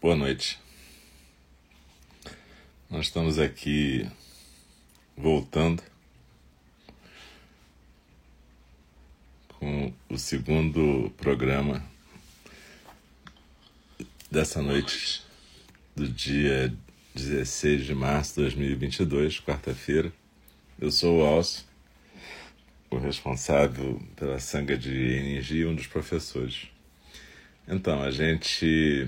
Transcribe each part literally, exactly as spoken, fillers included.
Boa noite. Nós estamos aqui voltando com o segundo programa dessa noite do dia dezesseis de março de dois mil e vinte e dois, quarta-feira. Eu sou o Alcio, o responsável pela Sangha de Energia e um dos professores. Então, a gente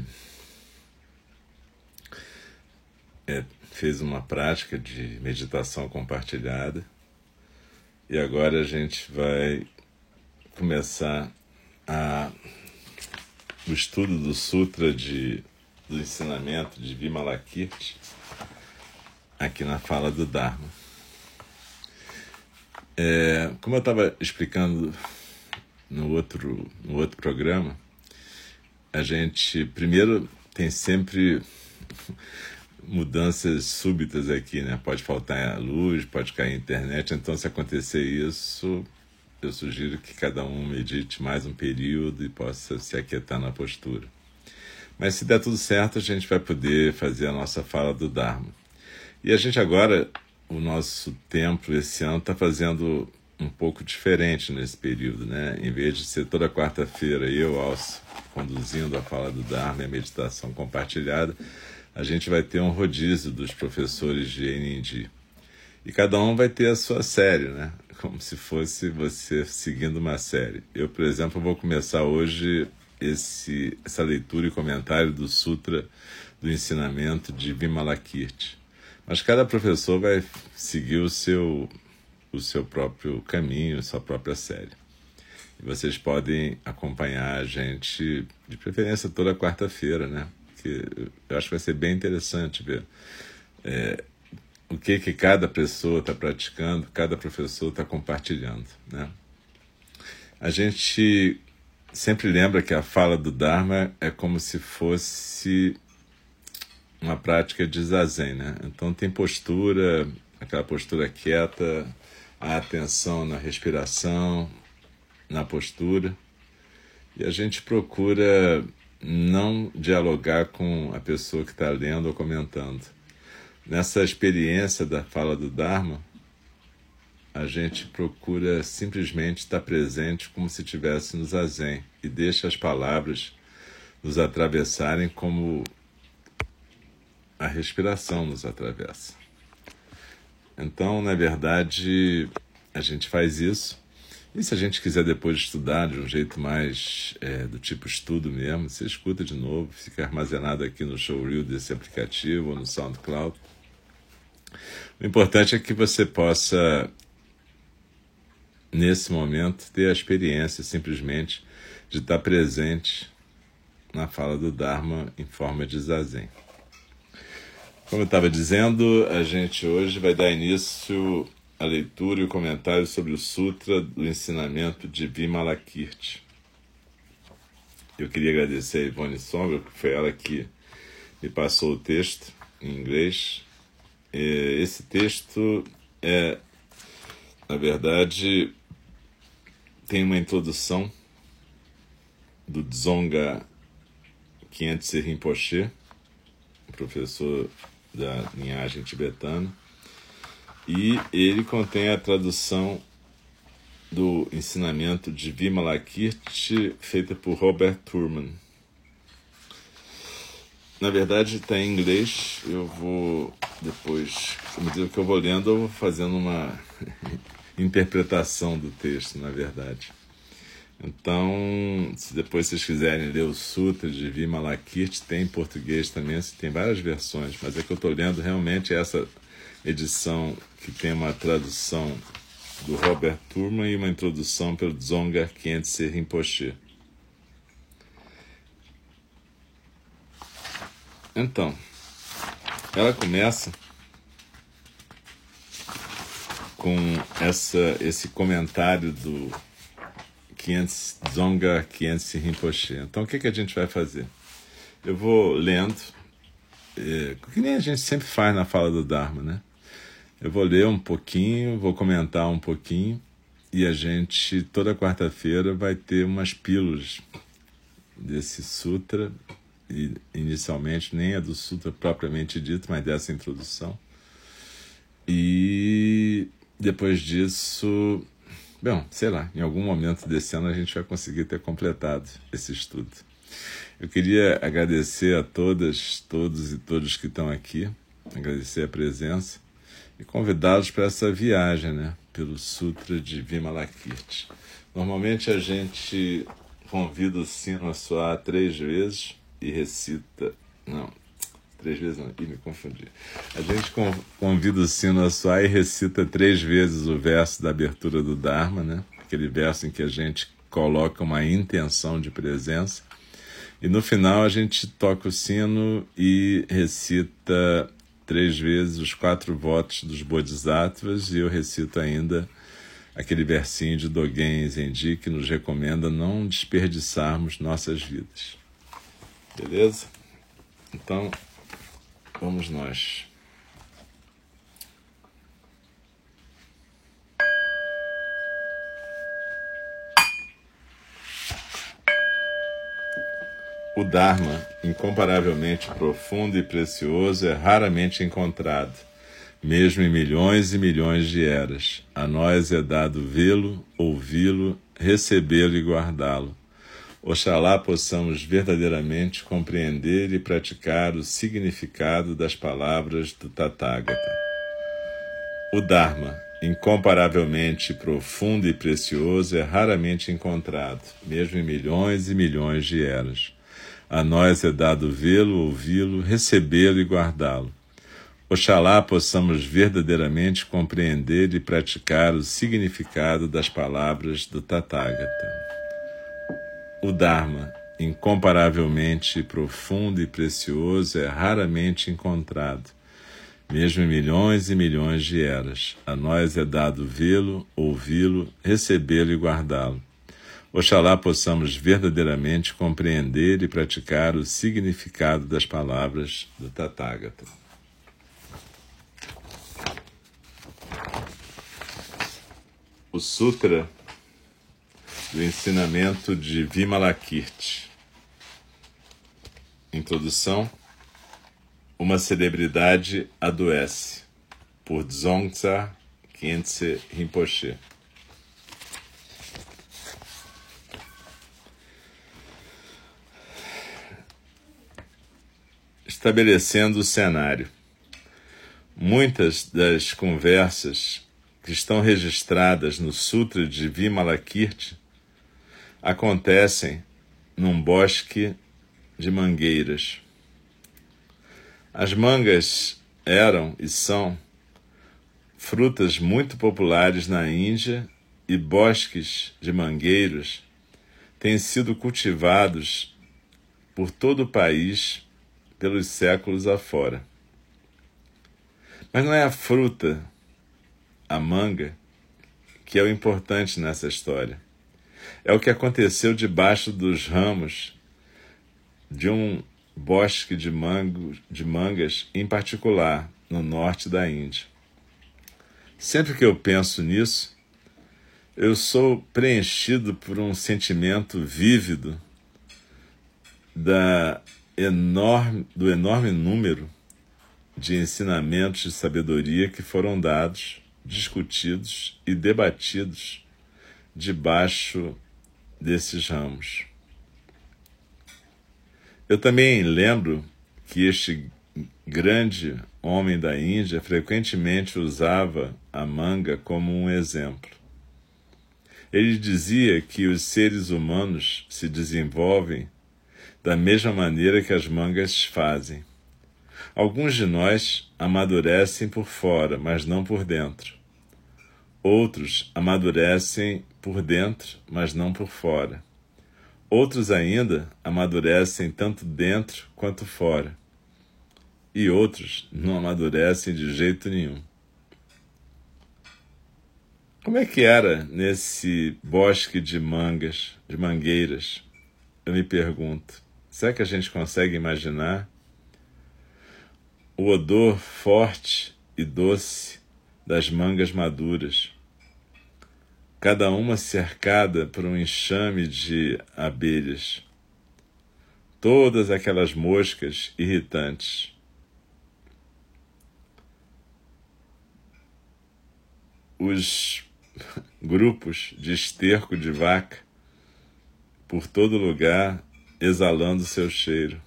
é, fez uma prática de meditação compartilhada e agora a gente vai começar a, o estudo do Sutra de, do ensinamento de Vimalakirti aqui na fala do Dharma. É, como eu estava explicando no outro, no outro programa, a gente primeiro tem sempre mudanças súbitas aqui, né? Pode faltar a luz, pode cair a internet, então se acontecer isso, eu sugiro que cada um medite mais um período e possa se aquietar na postura. Mas se der tudo certo, a gente vai poder fazer a nossa fala do Dharma. E a gente agora, o nosso templo esse ano está fazendo um pouco diferente nesse período, né? Em vez de ser toda quarta-feira eu, Alcio, conduzindo a fala do Dharma e a meditação compartilhada, a gente vai ter um rodízio dos professores de N D. E cada um vai ter a sua série, né? Como se fosse você seguindo uma série. Eu, por exemplo, vou começar hoje esse, essa leitura e comentário do Sutra do Ensinamento de Vimalakirti. Mas cada professor vai seguir o seu, o seu próprio caminho, a sua própria série. E vocês podem acompanhar a gente, de preferência, toda quarta-feira, né? Que eu acho que vai ser bem interessante ver é, o que, que cada pessoa está praticando, cada professor está compartilhando, né? A gente sempre lembra que a fala do Dharma é como se fosse uma prática de zazen, né? Então tem postura, aquela postura quieta, a atenção na respiração, na postura, e a gente procura não dialogar com a pessoa que está lendo ou comentando. Nessa experiência da fala do Dharma, a gente procura simplesmente estar presente como se estivesse no zazen e deixa as palavras nos atravessarem como a respiração nos atravessa. Então, na verdade, a gente faz isso. E se a gente quiser depois estudar de um jeito mais é, do tipo estudo mesmo, você escuta de novo, fica armazenado aqui no showreel desse aplicativo ou no SoundCloud. O importante é que você possa, nesse momento, ter a experiência simplesmente de estar presente na fala do Dharma em forma de zazen. Como eu estava dizendo, a gente hoje vai dar início à leitura e o comentário sobre o Sutra do Ensinamento de Vimalakirti. Eu queria agradecer a Ivone Sombra, que foi ela que me passou o texto em inglês. Esse texto é, na verdade, tem uma introdução do Dzongkha Khyentse Rinpoche, professor da linhagem tibetana, e ele contém a tradução do ensinamento de Vimalakirti feita por Robert Thurman. Na verdade está em inglês, eu vou depois, à medida que eu vou lendo, eu vou fazendo uma interpretação do texto, na verdade. Então, se depois vocês quiserem ler o Sutra de Vimalakirti, tem em português também, tem várias versões, mas é que eu estou lendo realmente essa edição que tem uma tradução do Robert Thurman e uma introdução pelo Dzongkha Khyentse Rinpoche. Então, ela começa com essa, esse comentário do Khyentse, Dzongkha Khyentse Rinpoche. Então, o que, que a gente vai fazer? Eu vou lendo, é, que nem a gente sempre faz na fala do Dharma, né? Eu vou ler um pouquinho, vou comentar um pouquinho, e a gente, toda quarta-feira, vai ter umas pílulas desse sutra, e inicialmente, nem a do Sutra propriamente dito, mas dessa introdução. E depois disso, bom, sei lá, em algum momento desse ano a gente vai conseguir ter completado esse estudo. Eu queria agradecer a todas, todos e todos que estão aqui, agradecer a presença e convidá-los para essa viagem, né, pelo Sutra de Vimalakirti. Normalmente a gente convida o sino a soar três vezes e recita... Não, três vezes não, ih, me confundi. A gente convida o sino a soar e recita três vezes o verso da abertura do Dharma, né? Aquele verso em que a gente coloca uma intenção de presença. E no final a gente toca o sino e recita três vezes os quatro votos dos Bodhisattvas, e eu recito ainda aquele versinho de Dogen Zenji que nos recomenda não desperdiçarmos nossas vidas. Beleza? Então, vamos nós. O Dharma, incomparavelmente profundo e precioso, é raramente encontrado, mesmo em milhões e milhões de eras. A nós é dado vê-lo, ouvi-lo, recebê-lo e guardá-lo. Oxalá possamos verdadeiramente compreender e praticar o significado das palavras do Tathagata. O Dharma, incomparavelmente profundo e precioso, é raramente encontrado, mesmo em milhões e milhões de eras. A nós é dado vê-lo, ouvi-lo, recebê-lo e guardá-lo. Oxalá possamos verdadeiramente compreender e praticar o significado das palavras do Tathagata. O Dharma, incomparavelmente profundo e precioso, é raramente encontrado, mesmo em milhões e milhões de eras. A nós é dado vê-lo, ouvi-lo, recebê-lo e guardá-lo. Oxalá possamos verdadeiramente compreender e praticar o significado das palavras do Tathagata. O Sutra do Ensinamento de Vimalakirti. Introdução. Uma celebridade adoece, por Dzongtsa Khyentse Rinpoche. Estabelecendo o cenário. Muitas das conversas que estão registradas no Sutra de Vimalakirti acontecem num bosque de mangueiras. As mangas eram e são frutas muito populares na Índia, e bosques de mangueiros têm sido cultivados por todo o país pelos séculos afora. Mas não é a fruta, a manga, que é o importante nessa história. É o que aconteceu debaixo dos ramos de um bosque de, mango, de mangas, em particular, no norte da Índia. Sempre que eu penso nisso, eu sou preenchido por um sentimento vívido da enorme, do enorme número de ensinamentos de sabedoria que foram dados, discutidos e debatidos debaixo desses ramos. Eu também lembro que este grande homem da Índia frequentemente usava a manga como um exemplo. Ele dizia que os seres humanos se desenvolvem da mesma maneira que as mangas fazem. Alguns de nós amadurecem por fora, mas não por dentro. Outros amadurecem por dentro, mas não por fora. Outros ainda amadurecem tanto dentro quanto fora. E outros não amadurecem de jeito nenhum. Como é que era nesse bosque de mangas, de mangueiras? Eu me pergunto. Será que a gente consegue imaginar o odor forte e doce das mangas maduras, cada uma cercada por um enxame de abelhas, todas aquelas moscas irritantes. Os grupos de esterco de vaca por todo lugar exalando seu cheiro.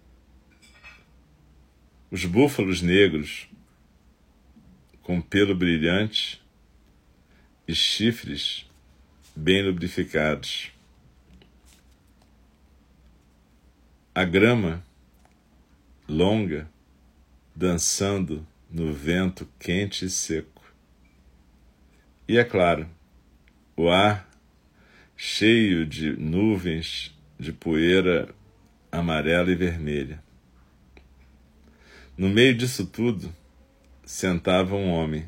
Os búfalos negros com pelo brilhante e chifres bem lubrificados. A grama longa dançando no vento quente e seco. E é claro, o ar cheio de nuvens de poeira amarela e vermelha. No meio disso tudo, sentava um homem.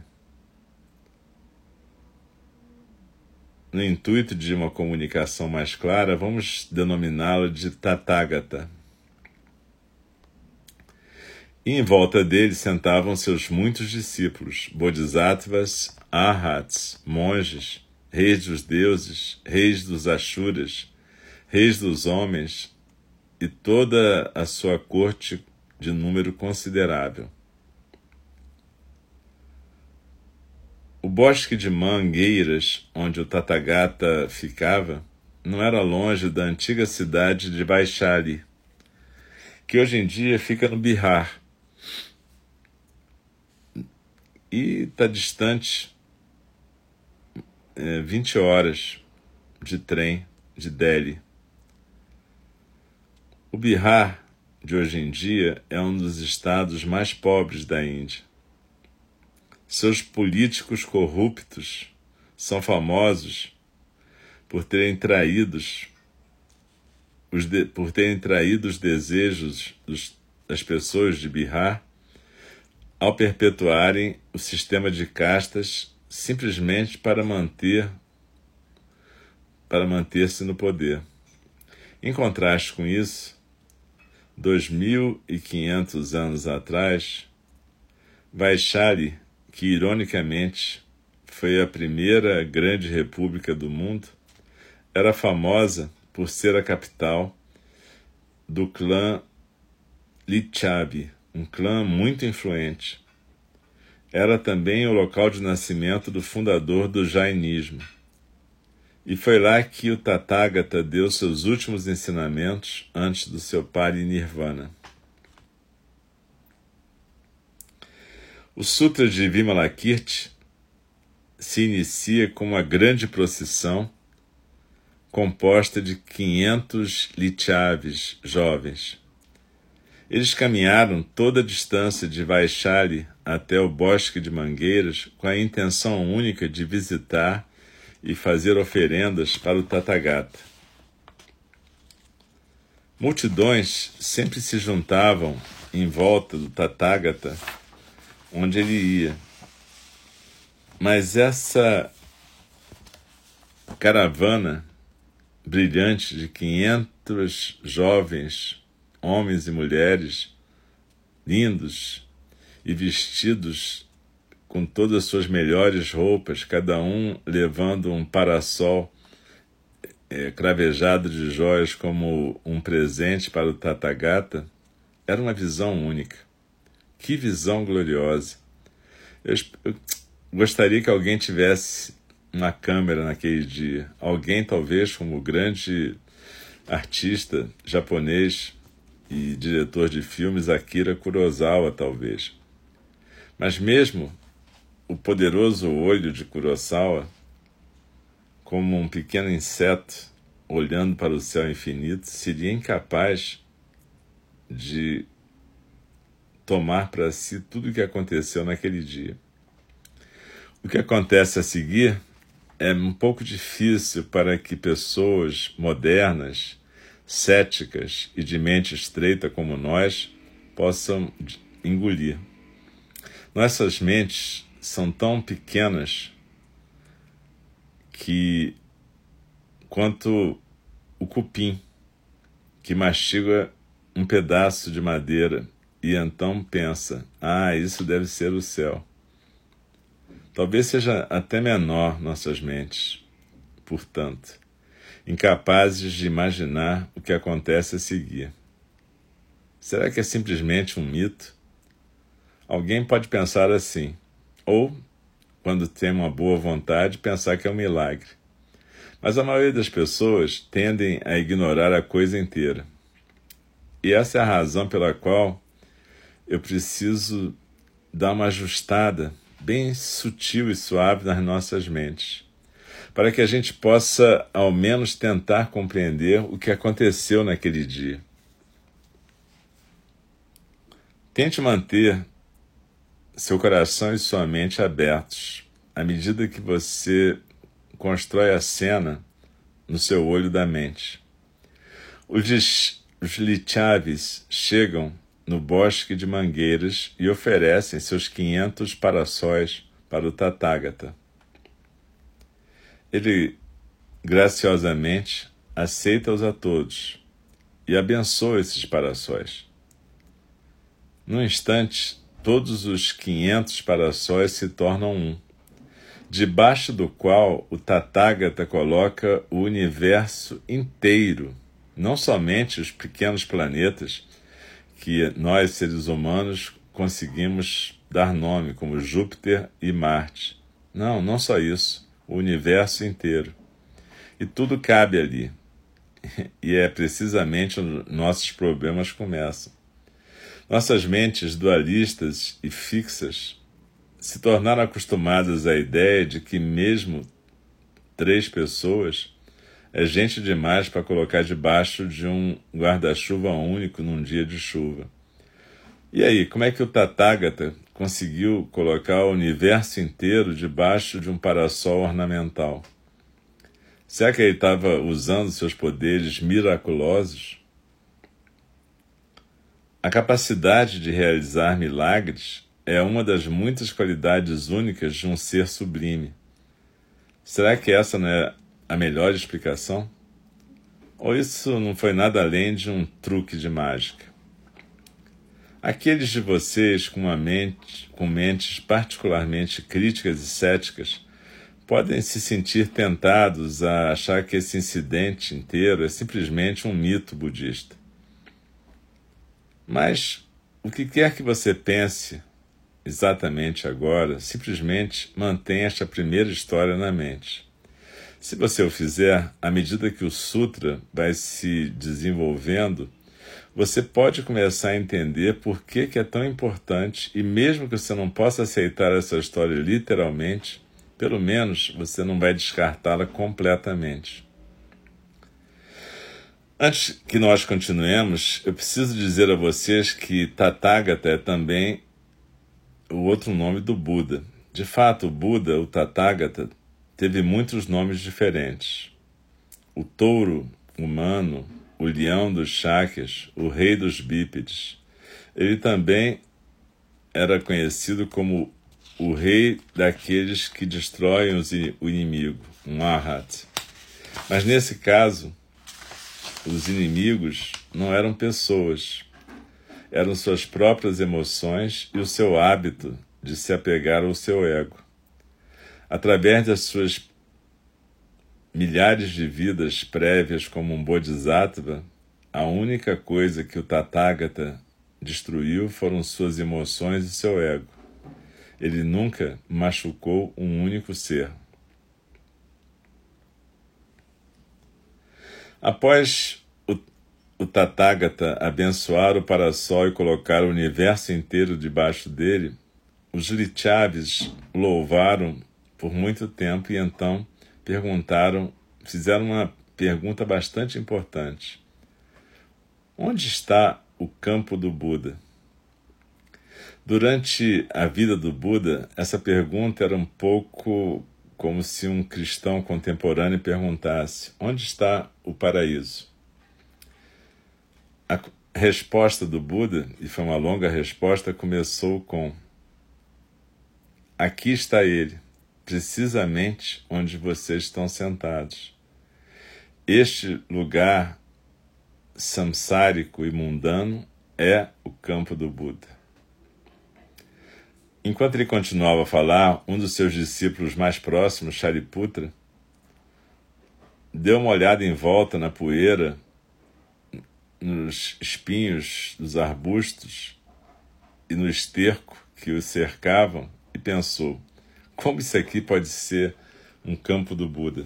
No intuito de uma comunicação mais clara, vamos denominá-lo de Tathagata. E em volta dele sentavam seus muitos discípulos, bodhisattvas, arhats, monges, reis dos deuses, reis dos ashuras, reis dos homens e toda a sua corte de número considerável. O bosque de mangueiras, onde o Tathagata ficava, não era longe da antiga cidade de Vaishali, que hoje em dia fica no Bihar, e está distante é, vinte horas de trem de Delhi. O Bihar de hoje em dia é um dos estados mais pobres da Índia. Seus políticos corruptos são famosos por terem traídos os de, por terem traído os desejos dos, das pessoas de Bihar ao perpetuarem o sistema de castas simplesmente para manter para manter-se no poder. Em contraste com isso, dois mil e quinhentos anos atrás, Vaishali, que ironicamente foi a primeira grande república do mundo, era famosa por ser a capital do clã Licchavi, um clã muito influente. Era também o local de nascimento do fundador do Jainismo. E foi lá que o Tathagata deu seus últimos ensinamentos antes do seu parinirvana. O Sutra de Vimalakirti se inicia com uma grande procissão composta de quinhentos Licchavis jovens. Eles caminharam toda a distância de Vaishali até o bosque de mangueiras com a intenção única de visitar e fazer oferendas para o Tathagata. Multidões sempre se juntavam em volta do Tathagata onde ele ia. Mas essa caravana brilhante de quinhentos jovens homens e mulheres, lindos e vestidos com todas as suas melhores roupas, cada um levando um parasol é, cravejado de joias como um presente para o Tathagata, era uma visão única. Que visão gloriosa! Eu, eu gostaria que alguém tivesse uma câmera naquele dia. Alguém, talvez, como o grande artista japonês e diretor de filmes Akira Kurosawa, talvez. Mas mesmo o poderoso olho de Kurosawa, como um pequeno inseto olhando para o céu infinito, seria incapaz de tomar para si tudo o que aconteceu naquele dia. O que acontece a seguir é um pouco difícil para que pessoas modernas, céticas e de mente estreita como nós possam engolir. Nossas mentes são tão pequenas que quanto o cupim que mastiga um pedaço de madeira e então pensa, ah, isso deve ser o céu. Talvez seja até menor nossas mentes, portanto, incapazes de imaginar o que acontece a seguir. Será que é simplesmente um mito? Alguém pode pensar assim, ou, quando tem uma boa vontade, pensar que é um milagre. Mas a maioria das pessoas tendem a ignorar a coisa inteira. E essa é a razão pela qual eu preciso dar uma ajustada bem sutil e suave nas nossas mentes, para que a gente possa, ao menos, tentar compreender o que aconteceu naquele dia. Tente manter seu coração e sua mente abertos à medida que você constrói a cena no seu olho da mente. Os Os Lichavis chegam no bosque de mangueiras e oferecem seus quinhentos paraçóis para o Tathagata. Ele graciosamente aceita-os a todos e abençoa esses paraçóis. Num instante, todos os quinhentos paraçóis se tornam um, debaixo do qual o Tathagata coloca o universo inteiro, não somente os pequenos planetas que nós, seres humanos, conseguimos dar nome, como Júpiter e Marte. Não, não só isso, o universo inteiro. E tudo cabe ali. E é precisamente onde nossos problemas começam. Nossas mentes dualistas e fixas se tornaram acostumadas à ideia de que mesmo três pessoas é gente demais para colocar debaixo de um guarda-chuva único num dia de chuva. E aí, como é que o Tathagata conseguiu colocar o universo inteiro debaixo de um parassol ornamental? Será que ele estava usando seus poderes miraculosos? A capacidade de realizar milagres é uma das muitas qualidades únicas de um ser sublime. Será que essa não é a melhor explicação? Ou isso não foi nada além de um truque de mágica? Aqueles de vocês com, uma mente, com mentes particularmente críticas e céticas podem se sentir tentados a achar que esse incidente inteiro é simplesmente um mito budista. Mas o que quer que você pense exatamente agora, simplesmente mantenha esta primeira história na mente. Se você o fizer, à medida que o Sutra vai se desenvolvendo, você pode começar a entender por que, que é tão importante, e mesmo que você não possa aceitar essa história literalmente, pelo menos você não vai descartá-la completamente. Antes que nós continuemos, eu preciso dizer a vocês que Tathagata é também o outro nome do Buda. De fato, o Buda, o Tathagata, teve muitos nomes diferentes. O touro humano, o leão dos Shakyas, o rei dos bípedes. Ele também era conhecido como o rei daqueles que destroem os, o inimigo, um Arhat. Mas nesse caso, os inimigos não eram pessoas, eram suas próprias emoções e o seu hábito de se apegar ao seu ego. Através das suas milhares de vidas prévias como um Bodhisattva, a única coisa que o Tathagata destruiu foram suas emoções e seu ego. Ele nunca machucou um único ser. Após o, o Tathagata abençoar o Parassol e colocar o universo inteiro debaixo dele, os Lichavis louvaram por muito tempo e então perguntaram, fizeram uma pergunta bastante importante. Onde está o campo do Buda? Durante a vida do Buda, essa pergunta era um pouco como se um cristão contemporâneo perguntasse: onde está o paraíso? A resposta do Buda, e foi uma longa resposta, começou com: aqui está ele, precisamente onde vocês estão sentados. Este lugar samsárico e mundano é o campo do Buda. Enquanto ele continuava a falar, um dos seus discípulos mais próximos, Shariputra, deu uma olhada em volta na poeira nos espinhos dos arbustos e no esterco que os cercavam e pensou: como isso aqui pode ser um campo do Buda?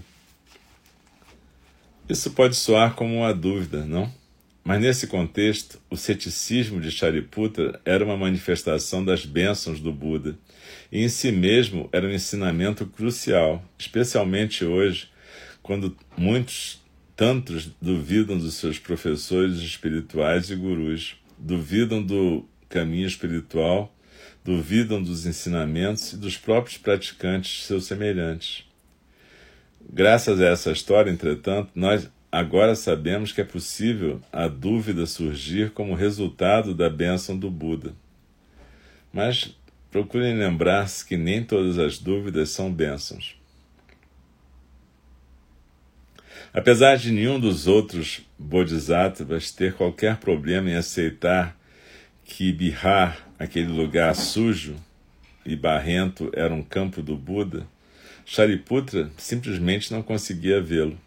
Isso pode soar como uma dúvida, não? Mas nesse contexto, o ceticismo de Shariputra era uma manifestação das bênçãos do Buda, e em si mesmo era um ensinamento crucial, especialmente hoje, quando muitos, tantos, duvidam dos seus professores espirituais e gurus, duvidam do caminho espiritual, duvidam dos ensinamentos e dos próprios praticantes seus semelhantes. Graças a essa história, entretanto, nós agora sabemos que é possível a dúvida surgir como resultado da bênção do Buda. Mas procurem lembrar-se que nem todas as dúvidas são bênçãos. Apesar de nenhum dos outros bodhisattvas ter qualquer problema em aceitar que Bihar, aquele lugar sujo e barrento, era um campo do Buda, Shariputra simplesmente não conseguia vê-lo.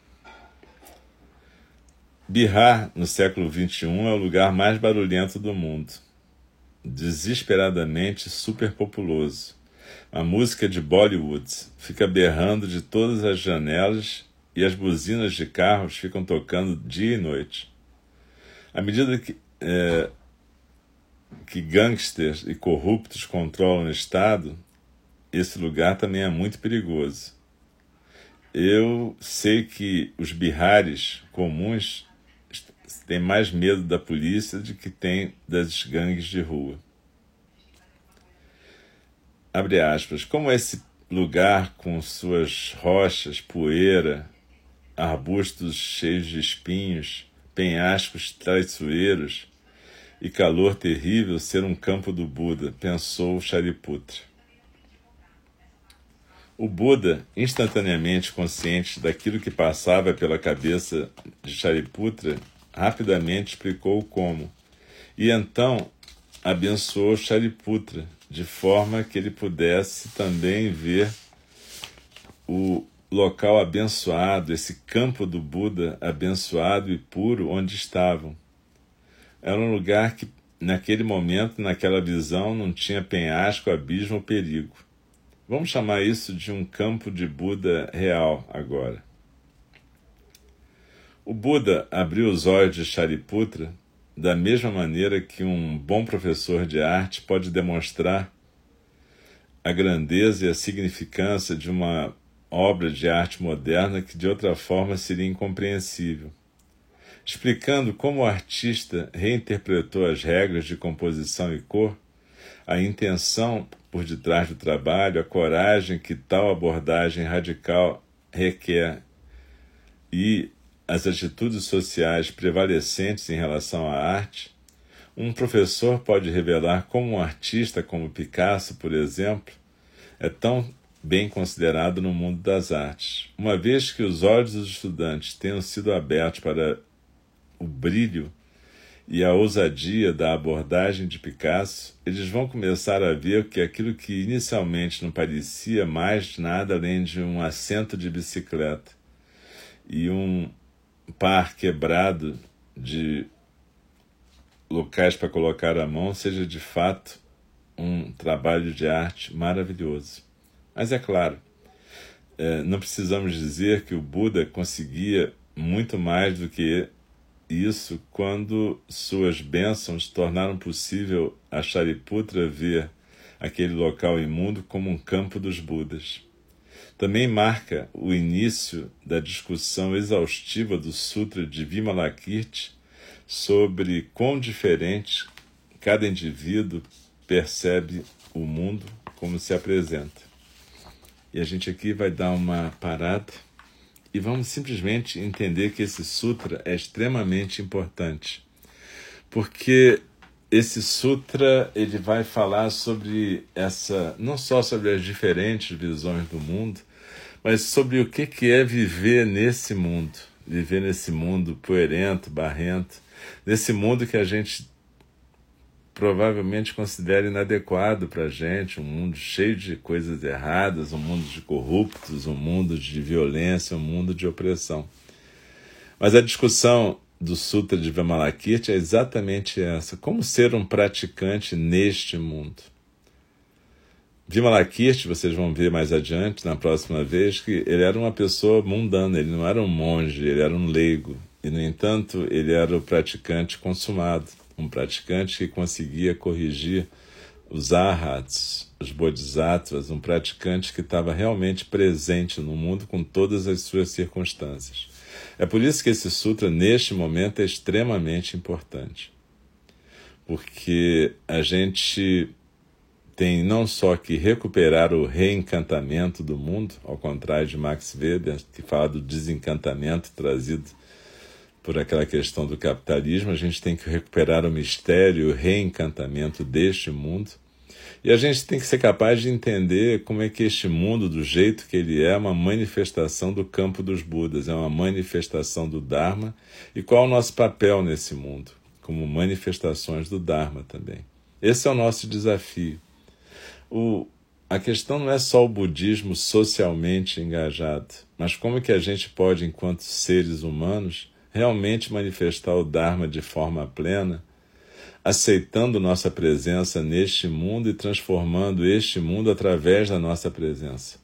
Bihar, no século vinte e um, é o lugar mais barulhento do mundo, desesperadamente superpopuloso. A música de Bollywood fica berrando de todas as janelas e as buzinas de carros ficam tocando dia e noite. À medida que, é, que gangsters e corruptos controlam o Estado, esse lugar também é muito perigoso. Eu sei que os biharis comuns têm mais medo da polícia do que têm das gangues de rua. Abre aspas. Como esse lugar com suas rochas, poeira, arbustos cheios de espinhos, penhascos traiçoeiros e calor terrível ser um campo do Buda, pensou Shariputra. O Buda, instantaneamente consciente daquilo que passava pela cabeça de Shariputra, rapidamente explicou como, e então abençoou Shariputra, de forma que ele pudesse também ver o local abençoado, esse campo do Buda abençoado e puro onde estavam. Era um lugar que, naquele momento, naquela visão, não tinha penhasco, abismo ou perigo. Vamos chamar isso de um campo de Buda real agora. O Buda abriu os olhos de Shariputra da mesma maneira que um bom professor de arte pode demonstrar a grandeza e a significância de uma obra de arte moderna que de outra forma seria incompreensível, explicando como o artista reinterpretou as regras de composição e cor, a intenção por detrás do trabalho, a coragem que tal abordagem radical requer e as atitudes sociais prevalecentes em relação à arte. Um professor pode revelar como um artista como Picasso, por exemplo, é tão bem considerado no mundo das artes. Uma vez que os olhos dos estudantes tenham sido abertos para o brilho e a ousadia da abordagem de Picasso, eles vão começar a ver que aquilo que inicialmente não parecia mais nada além de um assento de bicicleta e um par quebrado de locais para colocar a mão seja de fato um trabalho de arte maravilhoso. Mas é claro, é, não precisamos dizer que o Buda conseguia muito mais do que isso quando suas bênçãos tornaram possível a Shariputra ver aquele local imundo como um campo dos Budas. Também marca o início da discussão exaustiva do Sutra de Vimalakirti sobre quão diferente cada indivíduo percebe o mundo como se apresenta. E a gente aqui vai dar uma parada e vamos simplesmente entender que esse sutra é extremamente importante, porque esse sutra ele vai falar sobre essa, não só sobre as diferentes visões do mundo, mas sobre o que que é viver nesse mundo, viver nesse mundo poeirento, barrento, nesse mundo que a gente provavelmente considera inadequado para a gente, um mundo cheio de coisas erradas, um mundo de corruptos, um mundo de violência, um mundo de opressão. Mas a discussão do Sutra de Vimalakirti é exatamente essa: como ser um praticante neste mundo. Vimalakirti, vocês vão ver mais adiante, na próxima vez, que ele era uma pessoa mundana, ele não era um monge, ele era um leigo. E, no entanto, ele era o praticante consumado, um praticante que conseguia corrigir os arhats, os bodhisattvas, um praticante que estava realmente presente no mundo com todas as suas circunstâncias. É por isso que esse sutra, neste momento, é extremamente importante. Porque a gente tem não só que recuperar o reencantamento do mundo, ao contrário de Max Weber, que fala do desencantamento trazido por aquela questão do capitalismo, a gente tem que recuperar o mistério e o reencantamento deste mundo. E a gente tem que ser capaz de entender como é que este mundo, do jeito que ele é, é uma manifestação do campo dos Budas, é uma manifestação do Dharma, e qual é o nosso papel nesse mundo, como manifestações do Dharma também. Esse é o nosso desafio. O, a questão não é só o budismo socialmente engajado, mas como é que a gente pode, enquanto seres humanos, realmente manifestar o Dharma de forma plena, aceitando nossa presença neste mundo e transformando este mundo através da nossa presença.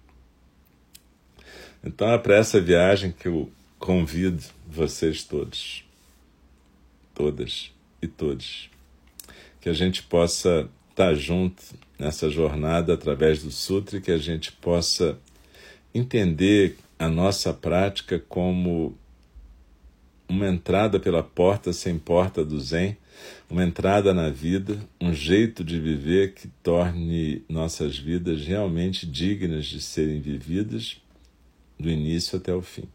Então é para essa viagem que eu convido vocês todos, todas e todos, que a gente possa estar junto nessa jornada através do Sutra e que a gente possa entender a nossa prática como uma entrada pela porta sem porta do Zen, uma entrada na vida, um jeito de viver que torne nossas vidas realmente dignas de serem vividas do início até o fim.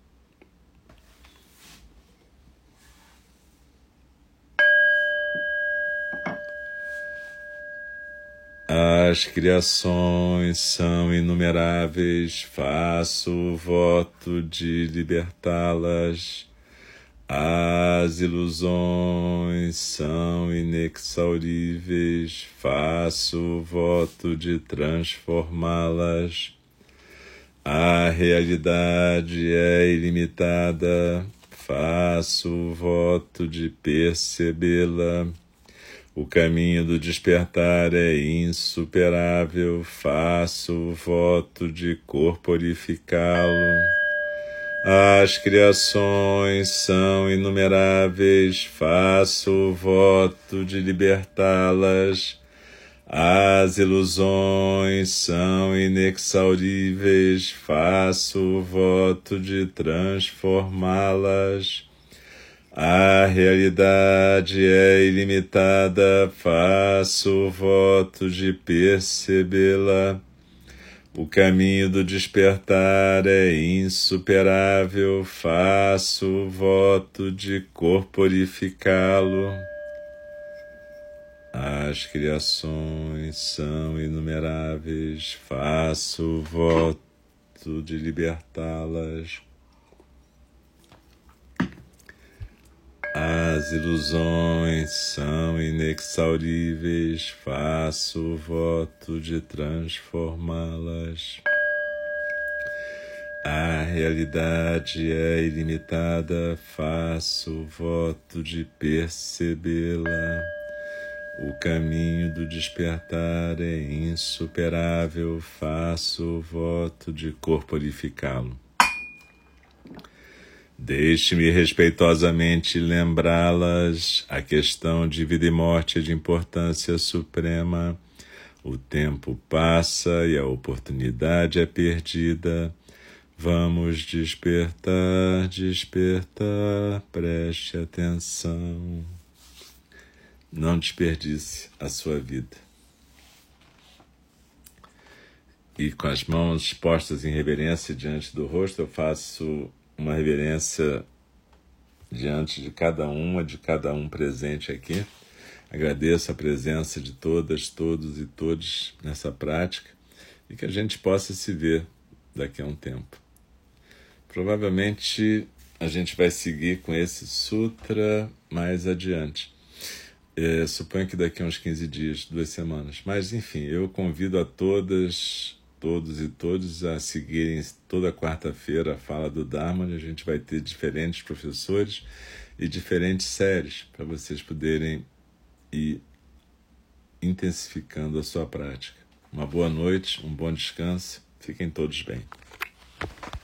As criações são inumeráveis, faço o voto de libertá-las. As ilusões são inexauríveis, faço o voto de transformá-las. A realidade é ilimitada, faço o voto de percebê-la. O caminho do despertar é insuperável, faço o voto de corporificá-lo. As criações são inumeráveis, faço o voto de libertá-las. As ilusões são inexauríveis, faço o voto de transformá-las. A realidade é ilimitada, faço o voto de percebê-la. O caminho do despertar é insuperável, faço o voto de corporificá-lo. As criações são inumeráveis, faço o voto de libertá-las. As ilusões são inexauríveis, faço o voto de transformá-las. A realidade é ilimitada, faço o voto de percebê-la. O caminho do despertar é insuperável, faço o voto de corporificá-lo. Deixe-me respeitosamente lembrá-las, a questão de vida e morte é de importância suprema. O tempo passa e a oportunidade é perdida. Vamos despertar, despertar, preste atenção. Não desperdice a sua vida. E com as mãos postas em reverência diante do rosto, eu faço uma reverência diante de cada uma, de cada um presente aqui. Agradeço a presença de todas, todos e todos nessa prática e que a gente possa se ver daqui a um tempo. Provavelmente a gente vai seguir com esse sutra mais adiante. É, suponho que daqui a uns quinze dias, duas semanas. Mas, enfim, eu convido a todas, todos e todos a seguirem toda quarta-feira a fala do Dharma, onde a gente vai ter diferentes professores e diferentes séries para vocês poderem ir intensificando a sua prática. Uma boa noite, um bom descanso. Fiquem todos bem.